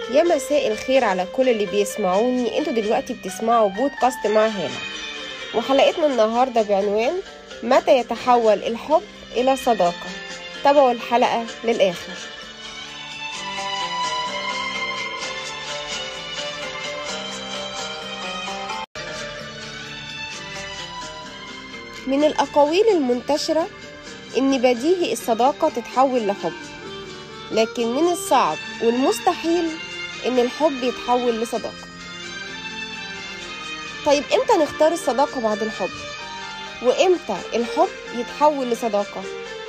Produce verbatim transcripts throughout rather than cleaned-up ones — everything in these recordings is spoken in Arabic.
يا مساء الخير على كل اللي بيسمعوني. انتوا دلوقتي بتسمعوا بودكاست مع هالة، وحلقتنا النهاردة بعنوان متى يتحول الحب إلى صداقة. تابعوا الحلقة للآخر. من الأقاويل المنتشرة إن بديهي الصداقة تتحول لحب، لكن من الصعب والمستحيل إن الحب يتحول لصداقة. طيب إمتى نختار الصداقة بعد الحب؟ وإمتى الحب يتحول لصداقة؟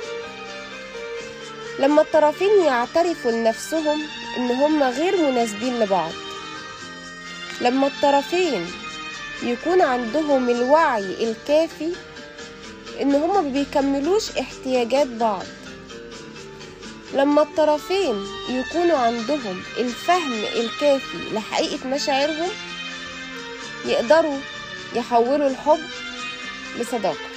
لما الطرفين يعترفوا لنفسهم إن هم غير مناسبين لبعض، لما الطرفين يكون عندهم الوعي الكافي إن هم ما بيكملوش احتياجات بعض، لما الطرفين يكونوا عندهم الفهم الكافي لحقيقة مشاعرهم، يقدروا يحولوا الحب لصداقة.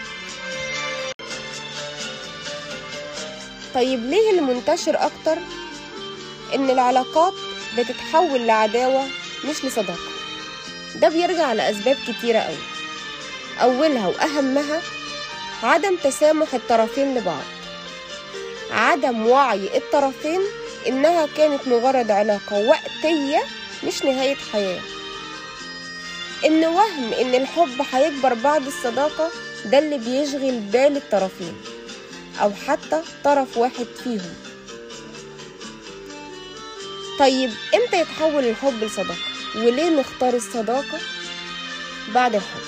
طيب ليه المنتشر أكتر إن العلاقات بتتحول لعداوة مش لصداقة؟ ده بيرجع لأسباب كتيرة أوي. أولها وأهمها عدم تسامح الطرفين لبعض، عدم وعي الطرفين إنها كانت مجرد علاقة وقتية مش نهاية حياة، إن وهم إن الحب هيكبر بعد الصداقة ده اللي بيشغل بال الطرفين أو حتى طرف واحد فيهم. طيب إمتى يتحول الحب لصداقة؟ وليه نختار الصداقة بعد الحب؟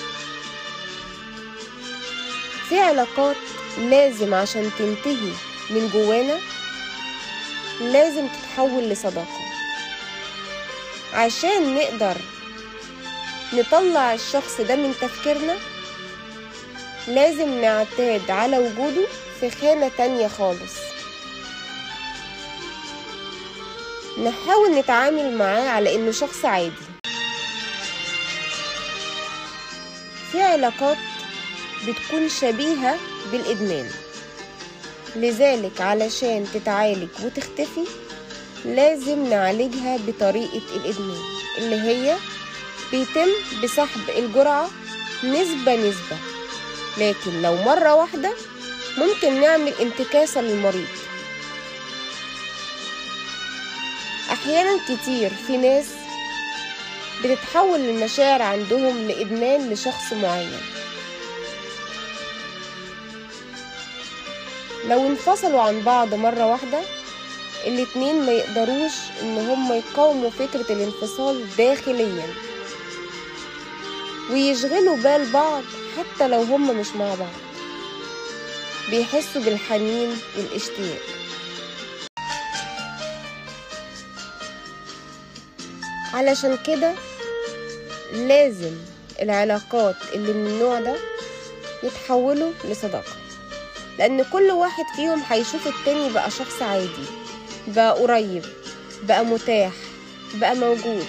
في علاقات لازم عشان تنتهي من جوانا لازم تتحول لصداقة. عشان نقدر نطلع الشخص ده من تفكيرنا لازم نعتاد على وجوده في خانة تانية خالص، نحاول نتعامل معاه على انه شخص عادي. في علاقات بتكون شبيهة بالإدمان، لذلك علشان تتعالج وتختفي لازم نعالجها بطريقة الإدمان اللي هي بيتم بسحب الجرعة نسبة نسبة، لكن لو مرة واحدة ممكن نعمل انتكاسة للمريض. أحيانا كتير في ناس بتتحول المشاعر عندهم لإدمان لشخص معين. لو انفصلوا عن بعض مرة واحدة الاتنين ما يقدروش ان هم يقاوموا فكرة الانفصال داخليا ويشغلوا بال بعض حتى لو هم مش مع بعض، بيحسوا بالحنين والاشتياق. علشان كده لازم العلاقات اللي من النوع ده يتحولوا لصداقة، لأن كل واحد فيهم هيشوف التاني بقى شخص عادي، بقى قريب، بقى متاح، بقى موجود.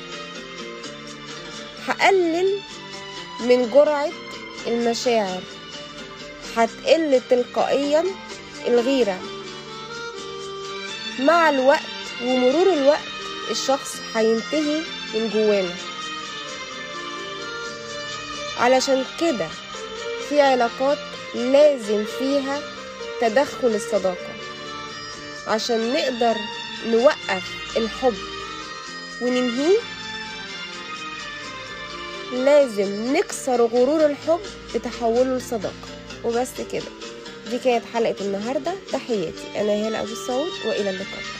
هقلل من جرعة المشاعر، هتقل تلقائيا الغيرة. مع الوقت ومرور الوقت الشخص هينتهي من جوانا. علشان كده في علاقات لازم فيها تدخل الصداقة عشان نقدر نوقف الحب وننهيه. لازم نكسر غرور الحب بتحوله لصداقة. وبس كده، دي كانت حلقة النهاردة. تحياتي، أنا هالة أبو السعود، وإلى اللقاء.